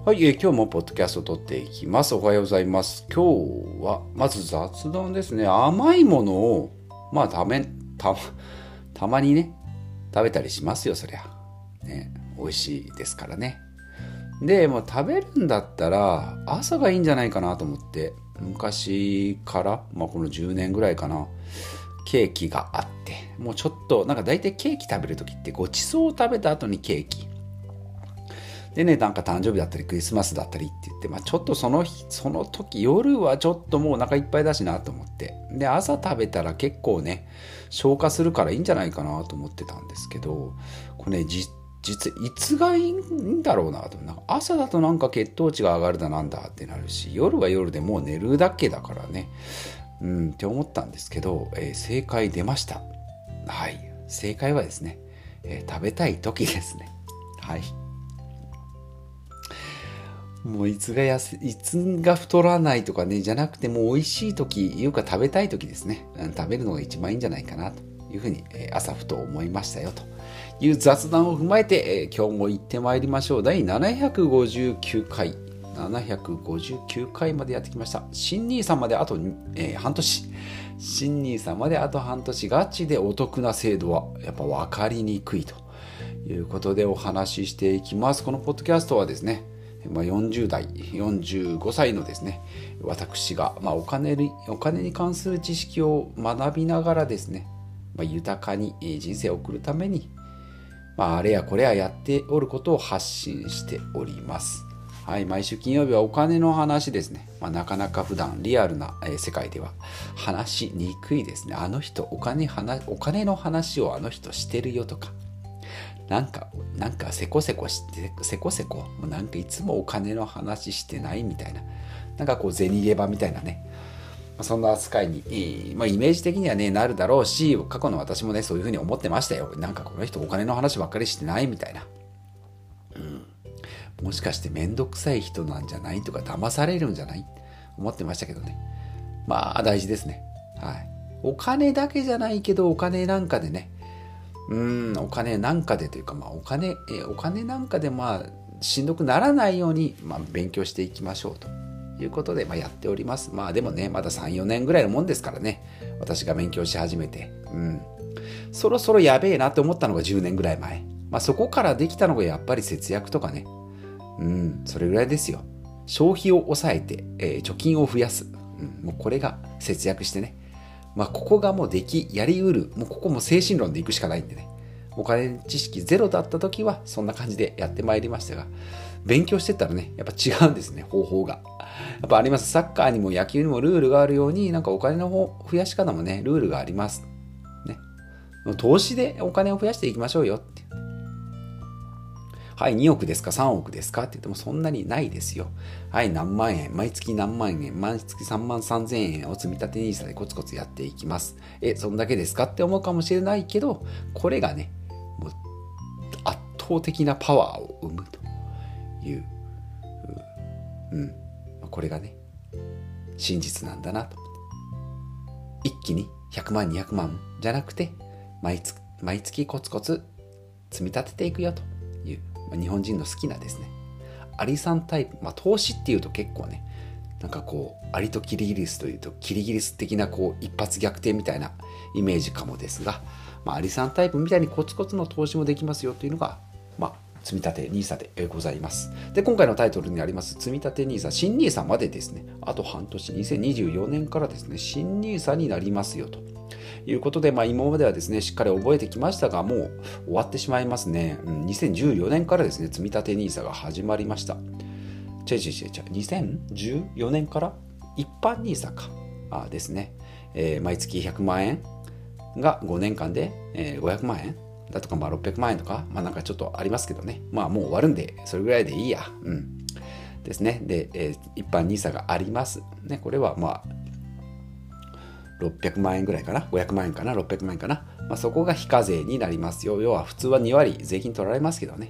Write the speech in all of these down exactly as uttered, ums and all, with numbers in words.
はい、えー今日もポッドキャストを撮っていきます。おはようございます。今日はまず雑談ですね。甘いものをまあためたたまにね食べたりしますよ。そりゃね、美味しいですからね。でもう食べるんだったら朝がいいんじゃないかなと思って、昔からまあこのじゅうねんぐらいかな、ケーキがあって、もうちょっとなんか大体ケーキ食べるときってごちそうを食べた後にケーキでね、なんか誕生日だったりクリスマスだったりって言って、まあ、ちょっとその日その時夜はちょっともうお腹いっぱいだしなと思って、で朝食べたら結構ね消化するからいいんじゃないかなと思ってたんですけど、これねじ実いつがいいんだろうなと。なんか朝だとなんか血糖値が上がるだなんだってなるし、夜は夜でもう寝るだけだからね、うんって思ったんですけど、えー正解出ました。はい、正解はですね、えー食べたい時ですね。はい、もういつがやすいつが太らないとかねじゃなくて、もう美味しい時いうか食べたい時ですね、うん、食べるのが一番いいんじゃないかなというふうに、えー朝ふと思いましたよという雑談を踏まえて、えー今日も行ってまいりましょう。第ななひゃくごじゅうきゅうかいななひゃくごじゅうきゅうかいまでやってきました。新ニーサまであと、えー半年新ニーサまであと半年、ガチでお得な制度はやっぱ分かりにくいということでお話ししていきます。このポッドキャストはですね、まあ、よんじゅう代よんじゅうごさいのですね私が、まあ、お金にお金に関する知識を学びながらですね、まあ、豊かに人生を送るために、まあ、あれやこれややっておることを発信しております。はい、毎週金曜日はお金の話ですね。まあ、なかなか普段リアルな世界では話しにくいですね。あの人お金話お金の話をあの人してるよとか、なんか、なんかせこせこして、せこせこ、なんかいつもお金の話してないみたいな、なんかこう銭ゲバみたいなね、そんな扱いに、まあ、イメージ的にはね、なるだろうし、過去の私もね、そういうふうに思ってましたよ。なんかこの人お金の話ばっかりしてないみたいな。もしかしてめんどくさい人なんじゃないとか、騙されるんじゃない思ってましたけどね。まあ、大事ですね。はい。お金だけじゃないけど、お金なんかでね、うーんお金なんかでというか、まあ、お金えお金なんかでまあしんどくならないように、まあ、勉強していきましょうということで、まあ、やっております。まあでもね、まださん、よねんぐらいのもんですからね、私が勉強し始めて、うん、そろそろやべえなって思ったのがじゅうねんぐらい前、まあ、そこからできたのがやっぱり節約とかね、うん、それぐらいですよ。消費を抑えて、えー貯金を増やす、うん、もうこれが節約してね、まあ、ここがもうでき、やりうる、もうここも精神論でいくしかないんでね。お金知識ゼロだった時はそんな感じでやってまいりましたが、勉強してったらね、やっぱ違うんですね、方法が。やっぱあります。サッカーにも野球にもルールがあるように、なんかお金の方増やし方もね、ルールがあります。ね。投資でお金を増やしていきましょうよって。はい、におくですか、さんおくですかって言ってもそんなにないですよ。はい、何万円、毎月何万円、毎月さんまんさんぜんえんを積み立て ニーサ でコツコツやっていきます。え、そんだけですかって思うかもしれないけど、これがね、もう圧倒的なパワーを生むという、うん、これがね、真実なんだなと。一気にひゃくまん、にひゃくまんじゃなくて、毎月、毎月コツコツ積み立てていくよという、日本人の好きなですね、アリさんタイプ、まあ、投資っていうと結構ね、なんかこうアリとキリギリスというとキリギリス的なこう一発逆転みたいなイメージかもですが、まあ、アリさんタイプみたいにコツコツの投資もできますよというのが、まあ、積み立て ニーサ でございます。で、今回のタイトルにあります積み立て ニーサ、新 ニーサ までですね、あと半年、にせんにじゅうよねんからですね、新 ニーサ になりますよということで、まあ、今まではですねしっかり覚えてきましたが、もう終わってしまいますね。うん、にせんじゅうよねんからですね積み立て ニーサ が始まりました。違う違う違う違う、にせんじゅうよねんから一般 ニーサ かあですね、えー、毎月ひゃくまんえんがごねんかんで、えー、ごひゃくまんえんだとか、まあ、ろっぴゃくまんえんとか、まあなんかちょっとありますけどね、まあもう終わるんでそれぐらいでいいや、うんですね。で、えー、一般 ニーサ がありますね。これはまあろっぴゃくまんえんぐらいかな、ごひゃくまんえんかな、ろっぴゃくまんえんかな、まあ、そこが非課税になりますよ。要は普通はにわり税金取られますけどね、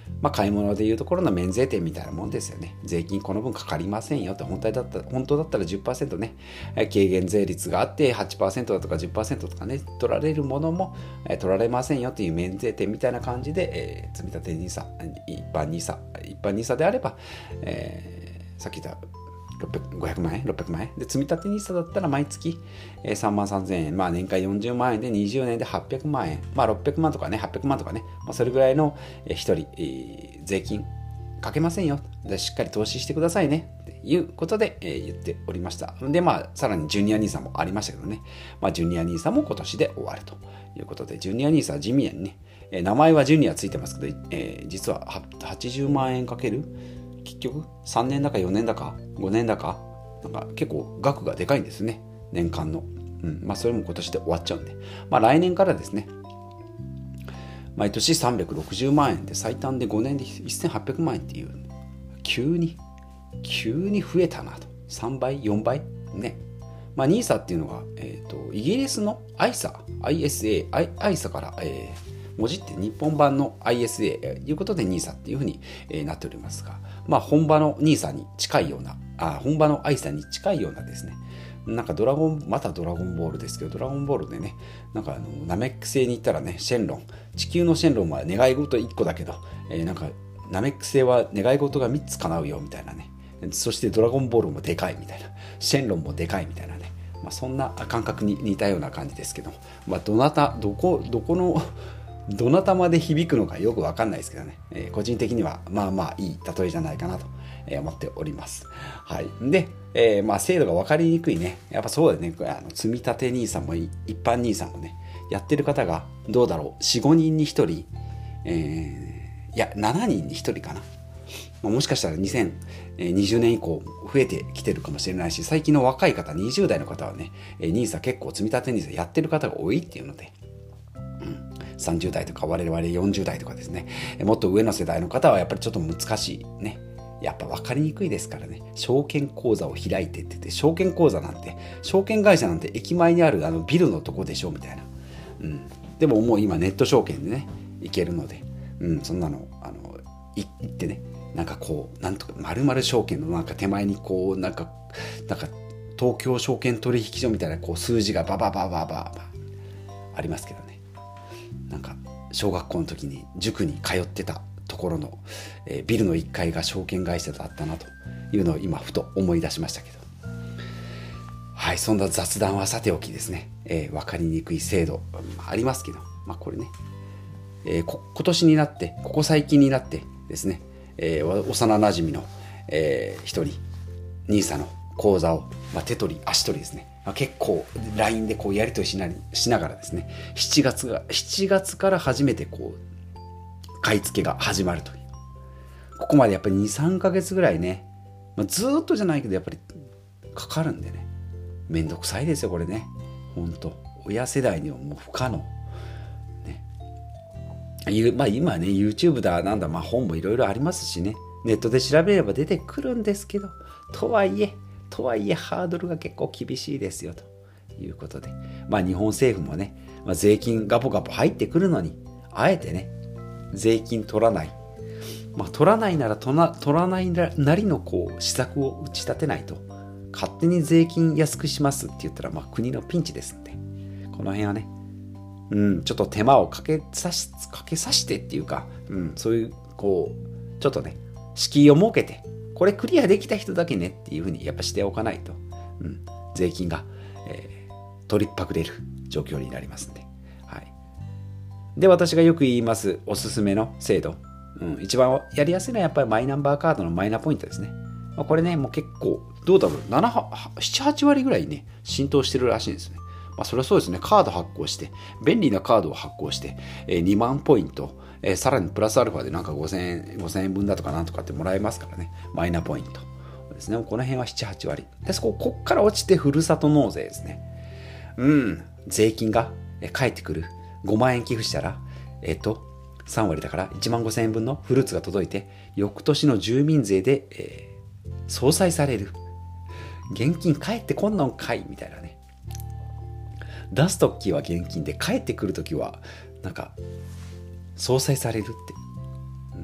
まあ、買い物でいうところの免税店みたいなもんですよね。税金この分かかりませんよって、本当だったら、本当だったら じゅっパーセント ね、軽減税率があって はちパーセント だとか じゅっパーセント とかね、取られるものも取られませんよっていう免税店みたいな感じで、えー、積立 ニーサ、一般 ニーサ、一般 ニーサ であれば、えー、さっき言ったごひゃくまんえん、ろっぴゃくまんえんで、積立 ニーサ だったら毎月さんまんさんぜんえん、まあ年間よんじゅうまんえんでにじゅうねんではっぴゃくまんえん、まあろっぴゃくまんとかね、はっぴゃくまんとかね、まあ、それぐらいの一人税金かけませんよ。でしっかり投資してくださいねっていうことで、えー、言っておりました。で、まあさらにジュニア ニーサ もありましたけどね、まあジュニア ニーサ も今年で終わるということで、ジュニア ニーサ は地味にね、えー、名前はジュニアついてますけど、えー、実ははちじゅうまんえんかける結局さんねんだかよねんだかごねんだか、なんか結構額がでかいんですね、年間の。うん、まあそれも今年で終わっちゃうんで、まあ来年からですね、毎年さんびゃくろくじゅうまんえんで最短でごねんでせんはっぴゃくまんえんっていう、急に急に増えたなと。さんばいよんばいね。まあ ニーサ っていうのが、えー、とイギリスの アイサ アイエスエー アイサ から、えー、文字って日本版の アイエスエー ということで ニーサ っていうふうに、えー、なっておりますが、まあ本場の ニーサ に近いような、あ本場の アイサ に近いようなですね、なんかドラゴン、またドラゴンボールですけど、ドラゴンボールでね、なんかあのナメック星に行ったらね、シェンロン、地球のシェンロンは願い事いっこだけど、えー、なんかナメック星は願い事がみっつ叶うよみたいなね、そしてドラゴンボールもでかいみたいな、シェンロンもでかいみたいなね、まあ、そんな感覚に似たような感じですけど、まあ、どなた、どこ、どこのどなたまで響くのかよくわかんないですけどね、えー、個人的にはまあまあいい例えじゃないかなと思っております。はい。で、えー、まあ制度が分かりにくいね。やっぱそうだね。あの積立 ニーサ も一般 ニーサ もね、やってる方がどうだろう。よん、ごにんにひとり、えー、いや、しちにんにひとりかな。もしかしたらにせんにじゅうねん以降増えてきてるかもしれないし、最近の若い方、にじゅう代の方はね、ニーサ 結構積立 ニーサ やってる方が多いっていうので、さんじゅう代とか我々よんじゅう代とかですね、もっと上の世代の方はやっぱりちょっと難しいね。やっぱ分かりにくいですからね。証券口座を開いてって言って、証券口座なんて、証券会社なんて駅前にあるあのビルのとこでしょみたいな。うん。でももう今ネット証券でね、行けるので、うん、そんなの、あの、行ってね、なんかこう、なんとか、〇〇証券のなんか手前にこう、なんか、なんか、東京証券取引所みたいなこう数字がババババババありますけどね。なんか小学校の時に塾に通ってたところの、えー、ビルのいっかいが証券会社だったなというのを今ふと思い出しましたけど、はい、そんな雑談はさておきですね、えー、分かりにくい制度ありますけど、まあこれね、えー、こ今年になってここ最近になってですね、えー、幼なじみの、えー、一人 ニーサ の口座を、まあ、手取り足取りですね、まあ、結構 ライン でこうやり取りしなしながらですね、しちがつがしちがつから初めてこう買い付けが始まるという、ここまでやっぱり にさんかげつぐらいね、まあ、ずっとじゃないけどやっぱりかかるんでね、めんどくさいですよこれね。本当親世代にはもう不可能ね。まあ今ね YouTube だなんだ、まあ本もいろいろありますしね、ネットで調べれば出てくるんですけど、とはいえとはいえハードルが結構厳しいですよということで、まあ日本政府もね、まあ、税金ガポガポ入ってくるのにあえてね税金取らない、まあ取らないなら取ら、取らないなりのこう施策を打ち立てないと、勝手に税金安くしますって言ったらまあ国のピンチですんで、この辺はね、うん、ちょっと手間をかけさしかけさしてっていうか、うん、そういうこうちょっとね敷居を設けて、これクリアできた人だけねっていうふうにやっぱしておかないと、うん、税金が、えー、取りっぱくれる状況になりますんで、はい。で、私がよく言いますおすすめの制度、うん、一番やりやすいのはやっぱりマイナンバーカードのマイナポイントですね。まあ、これね、もう結構どうだろう、なな、なな、はち割ぐらいね浸透してるらしいんですね。まあ、それはそうですね。カード発行して、便利なカードを発行して、えー、にまんポイント、えー、さらにプラスアルファでなんかごせんえん、ごせんえん分だとかなんとかってもらえますからね。マイナポイントですね。この辺はなな、はち割。で、そこ、こっから落ちてふるさと納税ですね。うん。税金が返ってくる。ごまんえん寄付したら、えっと、さん割だからいちまんごせんえん分のフルーツが届いて、翌年の住民税で、えー、相殺される。現金返ってこんのんかいみたいなね。出すときは現金で帰ってくるときはなんか相殺されるって、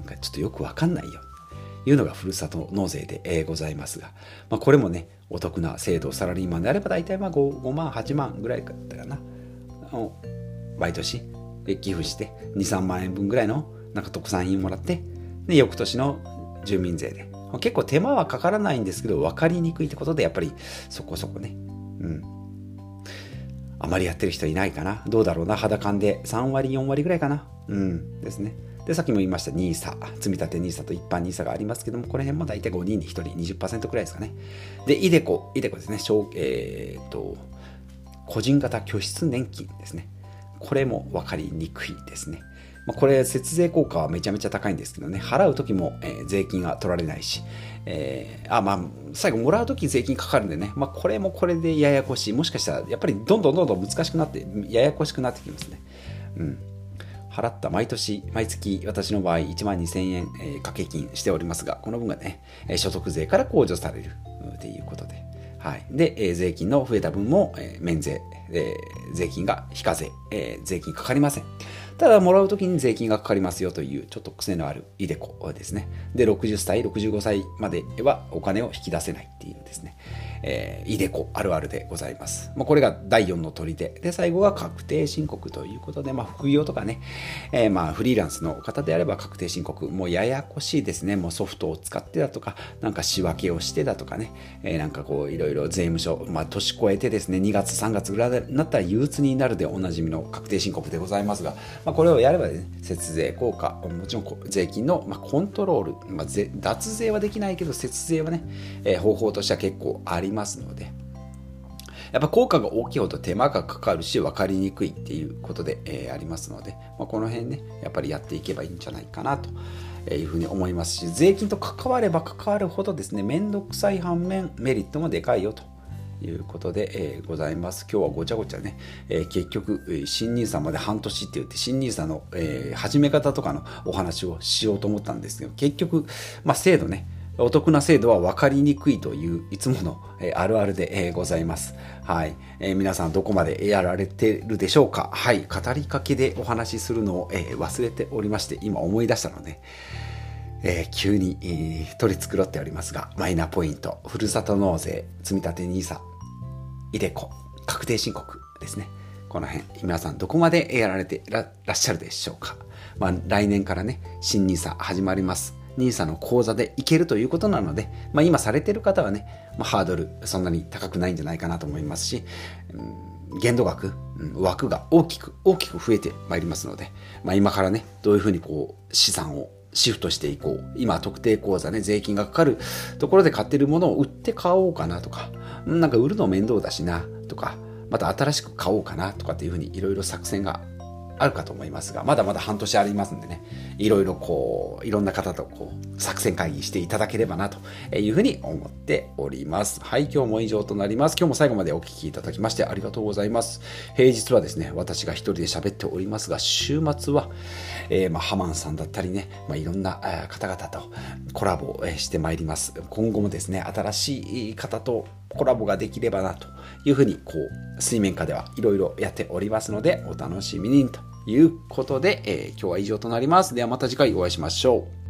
のかちょっとよくわかんないよというのがふるさと納税で、えー、ございますが、まあ、これもねお得な制度、サラリーマンであれば大体まあ 5, 5万はちまんぐらいだったかな、毎年寄付してにさんまんえんぶんぐらいのなんか特産品もらって、で翌年の住民税で結構手間はかからないんですけど分かりにくいってことで、やっぱりそこそこね、うんあまりやってる人いないかな。どうだろうな、肌感でさんわりよんわりぐらいかな。うんですね。でさっきも言いました ニーサ、 積み立て ニーサ と一般 ニーサ がありますけども、この辺も大体ごにんにひとり にじゅっパーセント くらいですかね。でイデコ、イデコですね、えー、っと個人型拠出年金ですね。これも分かりにくいですね。まあ、これ節税効果はめちゃめちゃ高いんですけどね、払う時も、えー、税金が取られないし、えー、あまあ最後もらう時税金かかるんでね、まあ、これもこれでややこしい。もしかしたらやっぱりどんどんどんどん難しくなってややこしくなってきますね。うん、払った毎年毎月私の場合いちまんにせんえん、えー、掛け金しておりますが、この分がね所得税から控除されるということで、はい、で、えー、税金の増えた分も、えー、免税、えー、税金が非課税、えー、税金かかりません。ただもらうときに税金がかかりますよというちょっと癖のあるイデコですね。でろくじゅっさいろくじゅうごさいまではお金を引き出せないっていうですね、えー、イデコあるあるでございます。まあ、これがだいよんの砦で、最後が確定申告ということで、まあ、副業とかね、えー、まあフリーランスの方であれば確定申告もうややこしいですね。もうソフトを使ってだとか、なんか仕分けをしてだとかね、えー、なんかこういろいろ税務署、まあ、年越えてですねにがつさんがつぐらいになったら憂鬱になるでおなじみの確定申告でございますが、まあ、これをやればね、節税効果、もちろん税金の、まあ、コントロール、まあ、税脱税はできないけど節税はね、えー、方法としては結構ありますので、やっぱ効果が大きいほど手間がかかるし分かりにくいっていうことで、えー、ありますので、まあ、この辺ねやっぱりやっていけばいいんじゃないかなというふうに思いますし、税金と関われば関わるほどですね、めんどくさい反面メリットもでかいよということで、えー、ございます。今日はごちゃごちゃね、えー、結局新ニーサまで半年って言って新ニーサの、えー、始め方とかのお話をしようと思ったんですけど、結局、まあ、制度ね、お得な制度は分かりにくいといういつもの、えー、あるあるで、えー、ございます。はい、えー、皆さんどこまでやられてるでしょうか。はい、語りかけでお話しするのを、えー、忘れておりまして、今思い出したので、えー、急に、えー、取り繕っておりますが、マイナポイント、ふるさと納税、積み立てニーサ、イデコ、確定申告ですね。この辺皆さんどこまでやられて ら, らっしゃるでしょうか。まあ、来年からね新ニーサ始まります。ニーサの口座でいけるということなので、まあ、今されてる方はね、まあ、ハードルそんなに高くないんじゃないかなと思いますし、うん、限度額、うん、枠が大きく大きく増えてまいりますので、まあ、今からねどういうふうにこう資産をシフトしていこう。今特定口座ね、税金がかかるところで買ってるものを売って買おうかなとか、なんか売るの面倒だしなとか、また新しく買おうかなとかっていうふうにいろいろ作戦があるかと思いますが、まだまだ半年ありますんでね、いろいろこういろんな方とこう作戦会議していただければなというふうに思っております。はい、今日も以上となります。今日も最後までお聞きいただきましてありがとうございます。平日はですね、私が一人で喋っておりますが、週末は、えー、まあハマンさんだったりね、まあ、いろんな方々とコラボしてまいります。今後もですね、新しい方とコラボができればなというふうにこう水面下ではいろいろやっておりますので、お楽しみにということで、えー、今日は以上となります。ではまた次回お会いしましょう。